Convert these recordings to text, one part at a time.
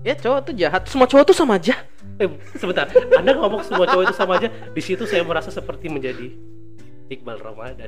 Ya cowok tuh jahat, semua cowok tuh sama aja. Sebentar, Anda ngomong semua cowok itu sama aja. Di situ saya merasa seperti menjadi Iqbal Ramadan.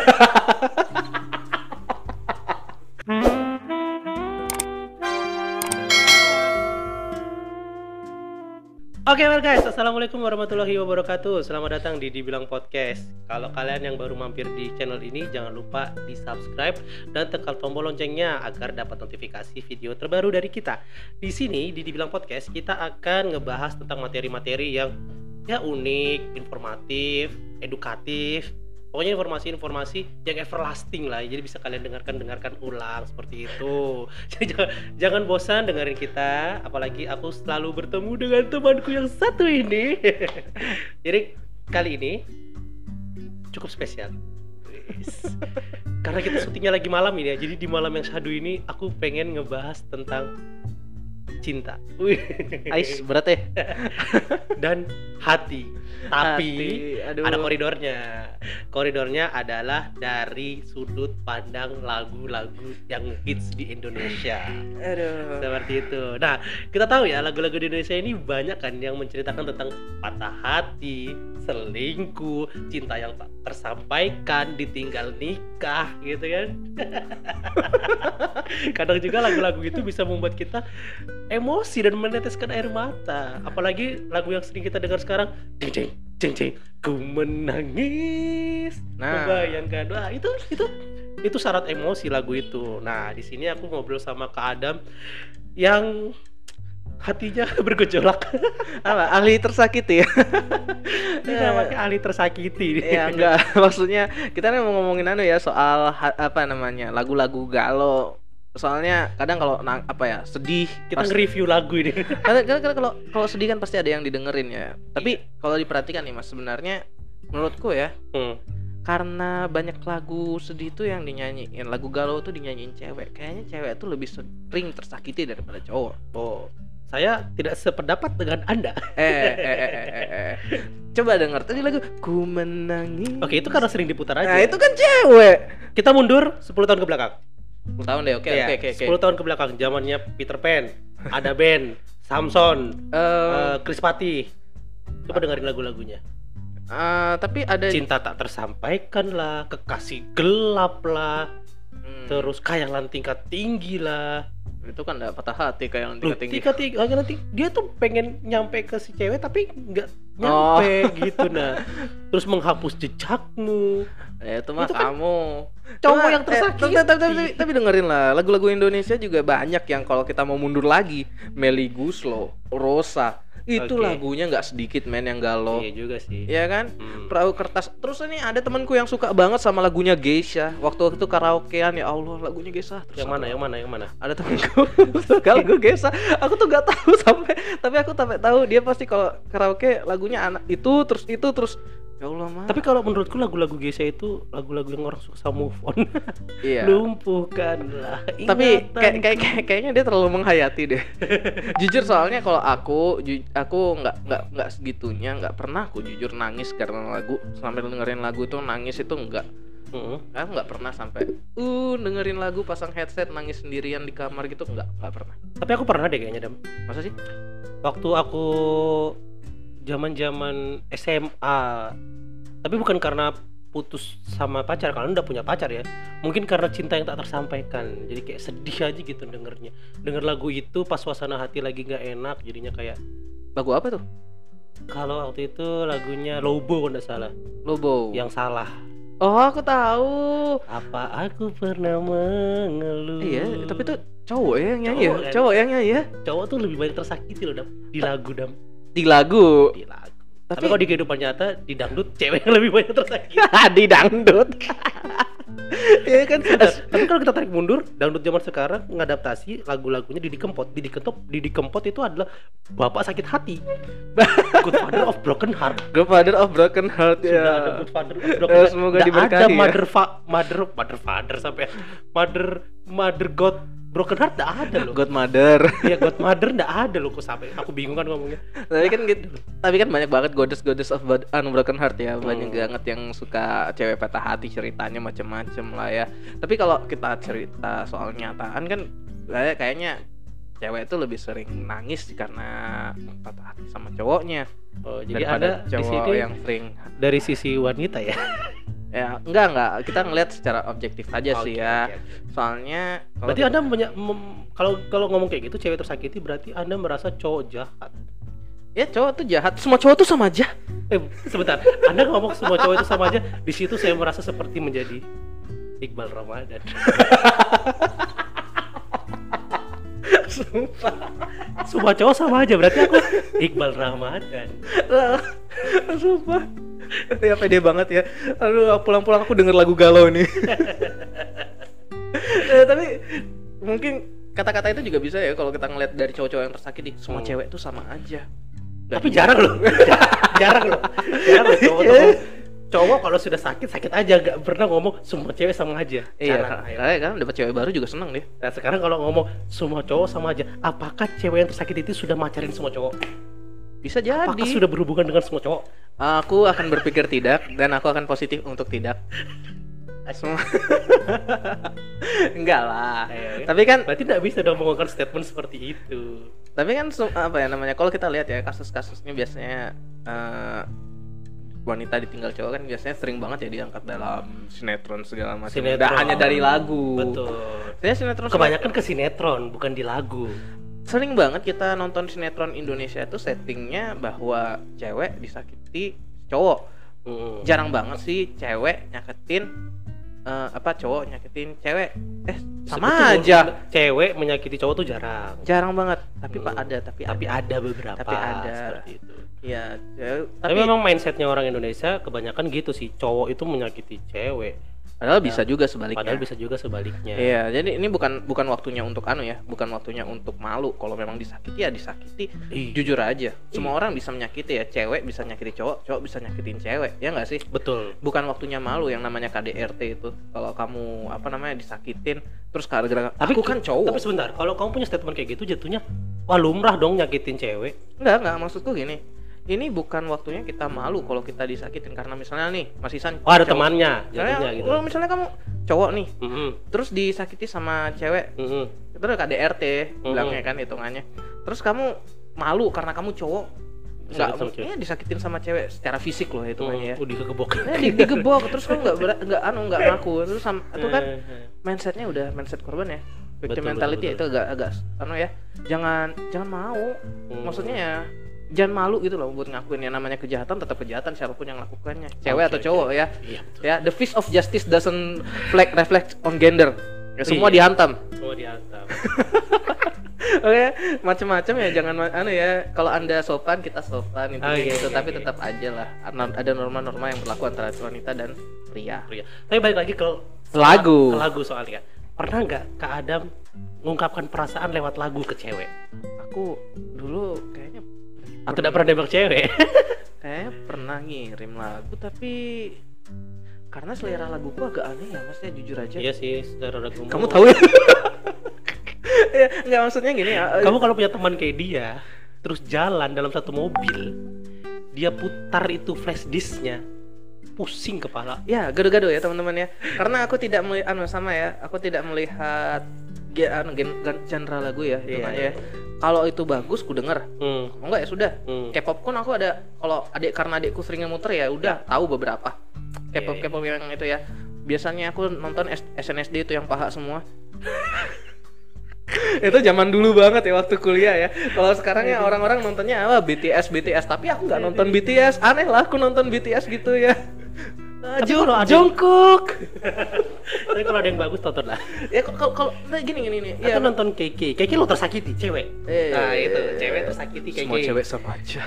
Oke, well guys, assalamualaikum warahmatullahi wabarakatuh. Selamat datang di Dibilang Podcast. Kalau kalian yang baru mampir di channel ini, jangan lupa di subscribe dan tekan tombol loncengnya agar dapat notifikasi video terbaru dari kita. Di sini di Dibilang Podcast kita akan ngebahas tentang materi-materi yang ya unik, informatif, edukatif. Pokoknya informasi-informasi yang everlasting lah, jadi bisa kalian dengarkan ulang seperti itu. Jadi jangan bosan dengerin kita, apalagi aku selalu bertemu dengan temanku yang satu ini. Jadi kali ini cukup spesial. Karena kita syutingnya lagi malam ini ya, jadi di malam yang syahdu ini aku pengen ngebahas tentang cinta. Ais berat ya. Dan hati. Tapi ada koridornya adalah dari sudut pandang lagu-lagu yang hits di Indonesia. Aduh. Seperti itu. Nah, kita tahu ya lagu-lagu di Indonesia ini banyak kan yang menceritakan tentang patah hati, selingkuh, cinta yang tak tersampaikan, ditinggal nikah gitu kan. Kadang juga lagu-lagu itu bisa membuat kita emosi dan meneteskan air mata. Apalagi lagu yang sering kita dengar sekarang, jeng jeng jeng, ku menangis. Nah, membayangkan, wah itu syarat emosi lagu itu. Nah, di sini aku ngobrol sama Kak Adam yang hatinya bergejolak. apa? Ahli tersakiti ya? Ini namanya ahli tersakiti. Ya enggak, maksudnya kita mau ngomongin soal lagu-lagu galau. Soalnya kadang kalau sedih kita nge-review lagu ini. Kadang kalau sedih kan pasti ada yang didengerin ya. Tapi kalau diperhatikan nih Mas, sebenarnya menurutku ya, karena banyak lagu sedih tuh yang dinyanyiin, lagu galau tuh dinyanyiin cewek. Kayaknya cewek tuh lebih sering tersakiti daripada cowok. Oh, saya tidak sependapat dengan Anda. Coba denger tadi lagu Ku Menangis. Oke, itu karena sering diputar aja. Nah, itu kan cewek. Kita mundur 10 tahun ke belakang. 10 tahun deh, oke. 10 tahun ke belakang, zamannya Peter Pan, ada band, Samson, Chris Patti. Coba dengerin lagu-lagunya. Tapi ada Cinta Tak Tersampaikan lah, Kekasih Gelap lah, terus Kayangan Tingkat Tinggi lah. Itu kan enggak patah hati Kayangan Tingkat Tinggi. Nanti dia tuh pengen nyampe ke si cewek tapi nggak nyampe gitu. Nah, terus Menghapus Jejakmu. Itu mah kan kamu cowok yang tersakiti. Tapi dengerin lah, lagu-lagu Indonesia juga banyak yang kalau kita mau mundur lagi, Melly Goeslaw, Rosa, itu lagunya nggak sedikit men yang galau. Iya juga sih. Iya kan? Perahu Kertas. Terus ini ada temanku yang suka banget sama lagunya Geisha. Waktu itu karaokean, ya Allah, lagunya Geisha. Terus Yang mana? Ada temanku suka lagu Geisha. Aku tuh nggak tahu tapi aku tahu dia pasti kalau karaoke lagunya anak itu terus. Ya Allah mah. Tapi kalau menurutku lagu-lagu Geisha itu lagu-lagu yang orang susah move on. Iya. Lumpuhkanlah. Tapi kayaknya dia terlalu menghayati deh. Jujur soalnya kalau aku nggak segitunya, nggak pernah aku jujur nangis karena lagu. Sampai dengerin lagu tuh nangis itu enggak. Aku nggak pernah sampai dengerin lagu pasang headset nangis sendirian di kamar gitu, nggak pernah. Tapi aku pernah deh kayaknya, Dam. Masa sih? Waktu aku zaman SMA, tapi bukan karena putus sama pacar, karena udah punya pacar ya. Mungkin karena cinta yang tak tersampaikan. Jadi kayak sedih aja gitu dengernya. Denger lagu itu pas suasana hati lagi nggak enak, jadinya kayak. Lagu apa tuh? Kalau waktu itu lagunya Lobo kalau nggak salah. Lobo. Yang salah. Oh, aku tahu. Apa aku pernah mengeluh? Iya, tapi tuh cowok ya yang nyanyi. Kan? Cowok yang nyanyi ya. Cowok tuh lebih banyak tersakiti loh, Dam. Di lagu, Dam. Di lagu. Tapi kalau di kehidupan nyata, di dangdut cewek yang lebih banyak tersakiti. Di dangdut. Iya kan. Tapi kalau kita tarik mundur, dangdut zaman sekarang ngadaptasi lagu-lagunya Didi Kempot. Didi Kempot itu adalah bapak sakit hati. Godfather of Broken Heart. Godfather of Broken Heart ya. Sudah ada Godfather of Broken Heart. Semoga diberkahi. Ada mother father sampai mother God Broken Heart nggak ada loh. Godmother. Iya, Godmother nggak ada loh. Kok sampai aku bingung kan ngomongnya. Tapi kan banyak banget goddess of Broken Heart ya. Banyak banget yang suka cewek patah hati, ceritanya macem-macem lah ya. Tapi kalau kita cerita soal nyataan kan kayaknya cewek itu lebih sering nangis karena patah hati sama cowoknya Oh, jadi daripada Anda di cowok sini yang sering. dari sisi wanita ya? Ya enggak, kita ngelihat secara objektif aja sih Oke, ya. oke. Soalnya kalau Berarti Anda kalau ngomong kayak gitu cewek tersakiti berarti Anda merasa cowok jahat. ya cowok tuh jahat, semua cowok tuh sama aja. Sebentar, Anda ngomong semua cowok itu sama aja. Di situ saya merasa seperti menjadi Iqbal Ramadan. Semua cowok sama aja, berarti aku Iqbal Ramadan. Sumpah. Ya pede banget ya. Aduh, pulang-pulang aku denger lagu galau nih. Tapi mungkin kata-kata itu juga bisa ya kalau kita ngeliat dari cowok-cowok yang tersakiti. Semua cewek itu sama aja. Tapi jarang loh. Jarang loh cowok kalau sudah sakit aja, gak pernah ngomong semua cewek sama aja. Iya, kan dapat cewek baru juga seneng deh. Nah sekarang kalau ngomong semua cowok sama aja, apakah cewek yang tersakiti itu sudah macarin semua cowok? Bisa jadi. Apakah sudah berhubungan dengan semua cowok? Aku akan berpikir tidak, dan aku akan positif untuk tidak. Semua. Enggak lah. Tapi kan berarti tidak bisa dong mengeluarkan statement seperti itu. Tapi kan apa ya namanya, kalau kita lihat ya kasus-kasusnya biasanya wanita ditinggal cowok kan biasanya sering banget ya diangkat dalam sinetron segala macam. Tidak hanya dari lagu. Betul. Saya sinetron kebanyakan ke sinetron bukan di lagu. Sering banget kita nonton sinetron Indonesia itu settingnya bahwa cewek disakiti cowok. Jarang banget sih cewek nyakitin cowok nyakitin cewek. Sama aja. Cewek menyakiti cowok tuh jarang. Jarang banget. Tapi tapi ada beberapa. Tapi ada seperti itu. Ya, tapi memang mindsetnya orang Indonesia kebanyakan gitu sih, cowok itu menyakiti cewek. Padahal bisa juga sebaliknya. Iya, jadi ini bukan waktunya untuk bukan waktunya untuk malu. Kalau memang disakiti ya disakiti. Jujur aja, semua orang bisa menyakiti ya. Cewek bisa nyakiti cowok, cowok bisa nyakitin cewek, ya nggak sih? Betul. Bukan waktunya malu yang namanya KDRT itu. Kalau kamu disakitin, terus gara-gara aku kan cowok. Tapi sebentar, kalau kamu punya statement kayak gitu jatuhnya, wah lumrah dong nyakitin cewek. Enggak, maksudku gini. Ini bukan waktunya kita malu kalau kita disakitin karena misalnya nih Mas Isan ada temannya jadinya gitu. Kalau misalnya kamu cowok nih, terus disakiti sama cewek, itu udah KDRT bilangnya kan hitungannya. Terus kamu malu karena kamu cowok, nggak disakitin sama cewek secara fisik loh hitungannya ya. Digebok. Digebok terus kamu nggak ngaku, terus itu kan mindsetnya udah mindset korban ya. Victim mentality itu agak jangan mau. Maksudnya ya jangan malu gitu loh buat ngakuin yang namanya kejahatan, tetap kejahatan siapapun yang lakukannya, cewek atau cowok ya. Iya, ya, the fist of justice doesn't reflect on gender. Ya, semua dihantam. Oke, macam-macam ya, jangan kalau Anda sopan kita sopan gitu. Tapi tetap aja lah ada norma-norma yang berlaku antara wanita dan pria. Tapi balik lagi ke lagu soalnya. Pernah nggak Kak Adam mengungkapkan perasaan lewat lagu ke cewek? Aku dulu kayaknya tidak pernah nembak cewek. Kayaknya pernah ngirim lagu, tapi karena selera laguku agak aneh ya Mas ya, jujur aja. Iya sih, selera lagu. Kamu tahu ya? Ya nggak, maksudnya gini ya. Kamu kalau punya teman kayak dia, terus jalan dalam satu mobil, dia putar itu flash disknya, pusing kepala. Ya gado-gado ya teman-teman ya. Karena aku tidak melihat aku tidak melihat genre lagu ya hitungannya ya. Kalau itu bagus ku denger. Kalau enggak ya sudah. K-pop pun aku ada, kalau karena adikku sering muter ya udah tahu beberapa. K-pop yang itu ya. Biasanya aku nonton SNSD itu yang paha semua. Itu zaman dulu banget ya waktu kuliah ya. Kalau sekarang ya orang-orang nontonnya BTS, tapi aku nggak nonton BTS. Aneh lah aku nonton BTS gitu ya. Tapi kalau ada Jungkook. Tapi kalau ada yang bagus tonton lah. Ya kalau gini nih. Atau nonton KK lo tersakiti cewek. Nah itu cewek tersakiti KK. Semua cewek sama aja.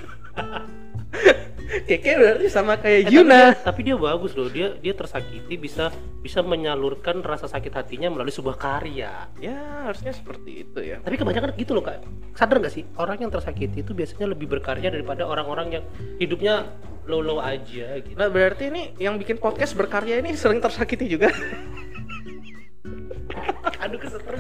KK berarti sama kayak Yuna. Tapi dia bagus loh. Dia tersakiti bisa menyalurkan rasa sakit hatinya melalui sebuah karya. Ya harusnya seperti itu ya. Tapi kebanyakan gitu loh Kak. Sadar nggak sih orang yang tersakiti itu biasanya lebih berkarya daripada orang-orang yang hidupnya low aja gitu. Nah berarti ini yang bikin podcast berkarya ini sering tersakiti juga. Aduh kesetrum.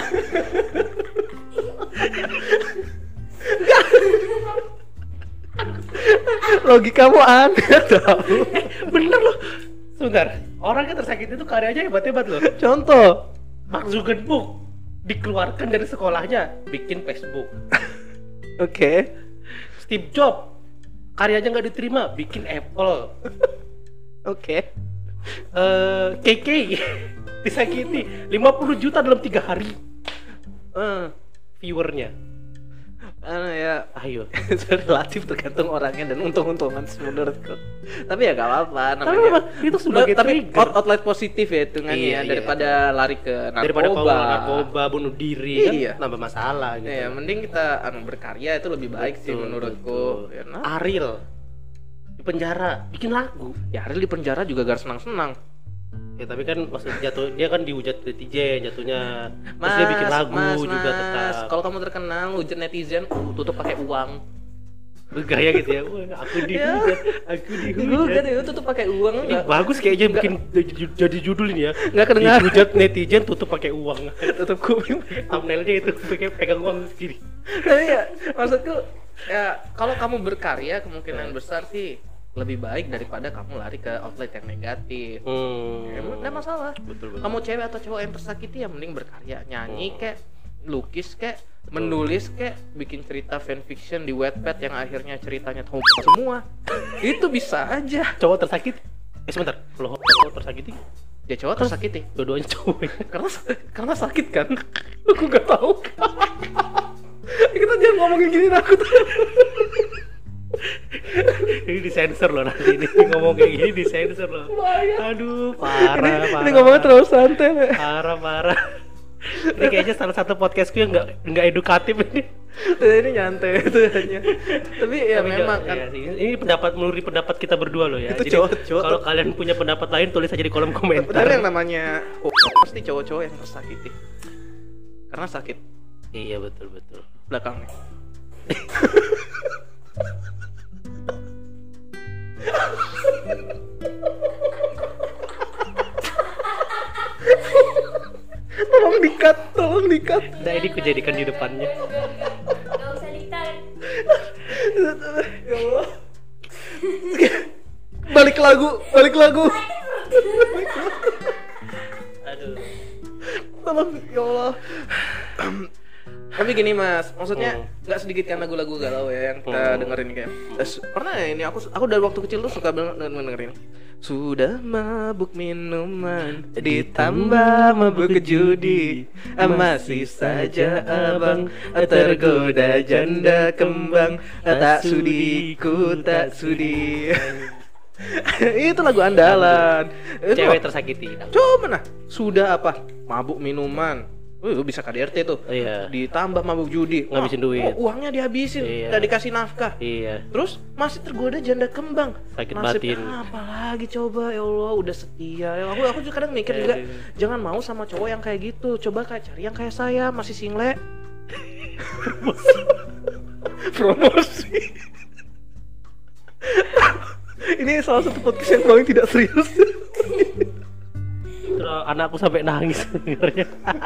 Logikamu aneh tahu. Bener loh. Sebentar, orang yang tersakiti itu karyanya hebat-hebat loh. Contoh Mark Zuckerberg dikeluarkan dari sekolahnya, bikin Facebook. Oke. Steve Jobs karyanya nggak diterima, bikin Apple. Oke. KK disakiti 50 juta dalam 3 hari viewernya. Ya Ayo. itu relatif tergantung orangnya dan untung-untungan menurutku. Tapi ya gak apa-apa Tapi namanya. memang itu sebagai tapi trigger. outlet positif ya hitungannya Iya, ya, iya. daripada lari ke Daripada kau narkoba. narkoba bunuh diri Iya. kan nambah masalah gitu. Ya, mending kita berkarya itu lebih baik sih Betul, menurutku. betul. Ya, nah, Ariel di penjara bikin lagu. ya Ariel di penjara juga gak senang-senang. Ya tapi kan maksud dia kan dihujat netizen jatuhnya. Terus dia bikin lagu juga tetap. Kalau kamu terkenal hujat netizen, tutup pakai uang. Gaya gitu ya. Wah, aku Ya. dihujat. Gue kan itu tutup pakai uang Ini enggak bagus kayaknya bikin jadi judul ini ya. Nggak kedengar. Dihujat netizen tutup pakai uang. tutup kuping. Thumbnailnya itu pegang uang sendiri. Tapi ya maksudku ya kalau kamu berkarya kemungkinan besar sih lebih baik daripada kamu lari ke outlet yang negatif. Ya, nggak masalah. Betul. Kamu cewek atau cowok yang tersakiti ya mending berkarya, nyanyi kek, lukis kek, menulis kek, bikin cerita fanfiction di Wattpad yang akhirnya ceritanya tahu semua. Itu bisa aja. Cowok tersakiti. Sebentar. Kalau cowok tersakiti, Ya cowok tersakiti dua-duanya cowok. karena sakit kan. Aku nggak tahu. Kita jangan ngomongin gini takut. Ini disensor loh nanti ini ngomong kayak gini disensor loh. Aduh, parah. Ini ngomongnya terlalu santai. Parah. Ini kayaknya salah satu podcastku yang nggak edukatif ini. Ini nyantai itu hanya. Tapi ya Tapi memang kan. iya sih. Ini menurut pendapat kita berdua loh ya. Itu Jadi cowok. kalau kalian punya pendapat lain tulis aja di kolom komentar. Benar yang namanya pasti cowok-cowok yang tersakiti. Karena sakit Iya betul. belakangnya. Tolong dikat. Nah ini kujadikan di depannya. Gak usah ditarik. Ya Allah. Balik lagu. Aduh. Tolong ya Allah. Tapi gini mas, maksudnya nggak sedikit kan lagu-lagu galau ya yang kita dengerin kayak. Pernah ya ini aku dari waktu kecil tuh suka banget dengerin. Sudah mabuk minuman, ditambah mabuk judi, masih saja abang tergoda janda kembang, tak sudi ku tak sudi. Itu lagu andalan. Cewek tersakiti. Coba nah, sudah apa? Mabuk minuman. Bisa KDRT tuh. Iya. Ditambah mabuk judi, Ngabisin duit. uangnya dihabisin, Iya. nggak dikasih nafkah. Iya. Terus masih tergoda janda kembang. Sakit Nasib batin. apa lagi coba ya Allah, udah setia. Ya, aku juga kadang mikir juga, jangan mau sama cowok yang kayak gitu. Coba kayak cari yang kayak saya, masih single. Promosi. Ini salah satu podcast yang paling tidak serius. Terus anakku sampai nangis dengarnya.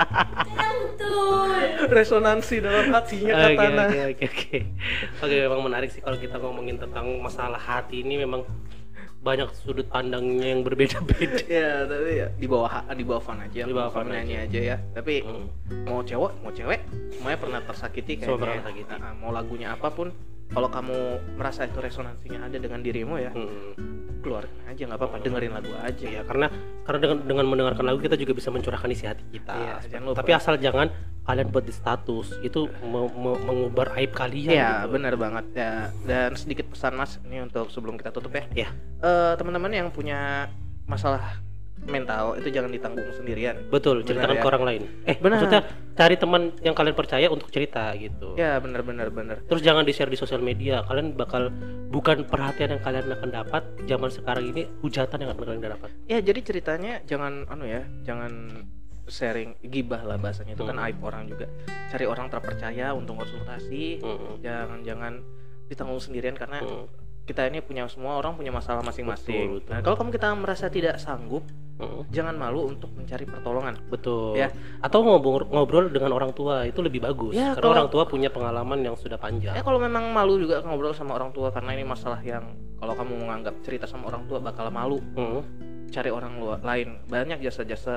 Resonansi dalam hatinya katana. Oke, memang menarik sih kalau kita ngomongin tentang masalah hati ini memang banyak sudut pandangnya yang berbeda-beda. Ya, tapi ya di bawah fun aja. Di bawah fun nyanyi aja ya. Tapi mau cowok, mau cewek, semuanya pernah tersakiti Semua kayaknya. pernah tersakiti. Mau lagunya apapun, kalau kamu merasa itu resonansinya ada dengan dirimu ya, keluarkan aja nggak apa-apa, dengerin lagu aja. Ya, karena dengan mendengarkan lagu kita juga bisa mencurahkan isi hati kita. Iya, jangan lupa. Tapi asal jangan kalian buat di status itu mengubar aib kalian. Iya, gitu. benar banget ya. Dan sedikit pesan Mas ini untuk sebelum kita tutup ya. Ya, Teman-teman yang punya masalah mental itu jangan ditanggung sendirian. betul. Benar Ceritakan ya? ke orang lain. Benar. Maksudnya cari teman yang kalian percaya untuk cerita gitu. Ya, benar. Terus jangan di-share di sosial media. Kalian bakal bukan perhatian yang kalian akan dapat. Zaman sekarang ini hujatan yang akan kalian dapat. Ya, jadi ceritanya jangan jangan sharing gibah lah bahasanya, itu kan aib orang juga. Cari orang terpercaya untuk konsultasi. Jangan ditanggung sendirian karena kita ini semua orang punya masalah masing-masing. Betul. Nah, kalau kita merasa tidak sanggup, jangan malu untuk mencari pertolongan. Betul. Ya. Atau ngobrol dengan orang tua itu lebih bagus. Ya, karena orang tua punya pengalaman yang sudah panjang. Kalau memang malu juga ngobrol sama orang tua karena ini masalah yang kalau kamu menganggap cerita sama orang tua bakal malu, cari orang lain. Banyak jasa-jasa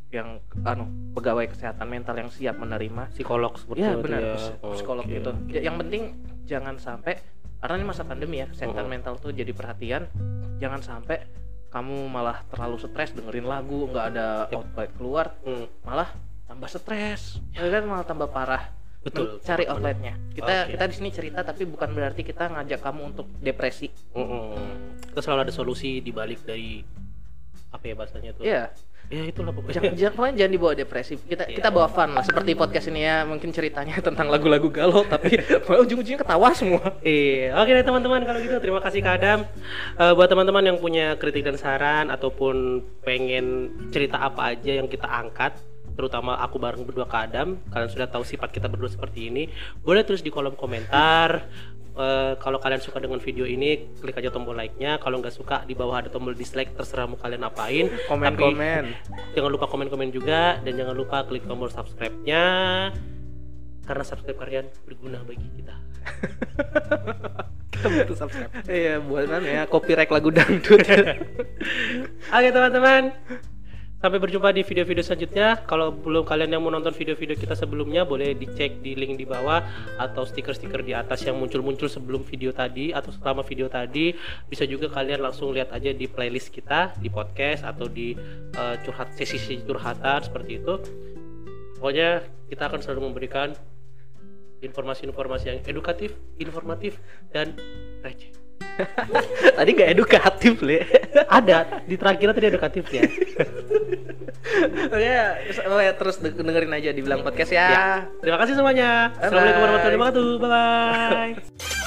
pegawai kesehatan mental yang siap menerima. Psikolog seperti Ya itu benar, ya. psikolog Oke. gitu. Yang penting jangan sampai, karena ini masa pandemi ya, kesehatan mental tuh jadi perhatian. Jangan sampai kamu malah terlalu stres dengerin lagu, nggak ada outlet keluar, malah tambah stres, ya kan, malah tambah parah. Betul. Cari betul. outletnya. Kita Oke. kita di sini cerita, tapi bukan berarti kita ngajak kamu untuk depresi. Kita selalu ada solusi di balik dari apa ya bahasanya tuh. Iya. Ya itulah pokoknya. Pokoknya jangan dibawa depresi. Kita Iya. kita bawa fun lah, seperti podcast ini ya. Mungkin ceritanya tentang lagu-lagu galau, tapi malah ujung-ujungnya ketawa semua. Iya, oke deh teman-teman, kalau gitu terima kasih Kak Adam. Buat teman-teman yang punya kritik dan saran ataupun pengen cerita apa aja yang kita angkat, terutama aku bareng berdua Kak Adam, kalian sudah tahu sifat kita berdua seperti ini, boleh tulis di kolom komentar. Kalau kalian suka dengan video ini, klik aja tombol like-nya. Kalau nggak suka, di bawah ada tombol dislike, terserah mau kalian apain. Komen-komen. Tapi jangan lupa komen-komen juga, dan jangan lupa klik tombol subscribe-nya, karena subscribe kalian berguna bagi kita. Kita butuh subscribe. Iya, buat ya copyright lagu dangdut. Oke teman-teman, sampai berjumpa di video-video selanjutnya. Kalau belum kalian yang mau nonton video-video kita sebelumnya, boleh dicek di link di bawah atau stiker-stiker di atas yang muncul-muncul sebelum video tadi atau selama video tadi. Bisa juga kalian langsung lihat aja di playlist kita di podcast atau di sesi curhatan seperti itu. Pokoknya kita akan selalu memberikan informasi-informasi yang edukatif, informatif, dan receh. Tadi nggak edukatif, Le. Ada di terakhir tadi edukatifnya. Oke, terus dengerin aja Dibilang Podcast ya. Ya. Terima kasih semuanya. Bye-bye. Assalamualaikum warahmatullahi wabarakatuh. Bye bye.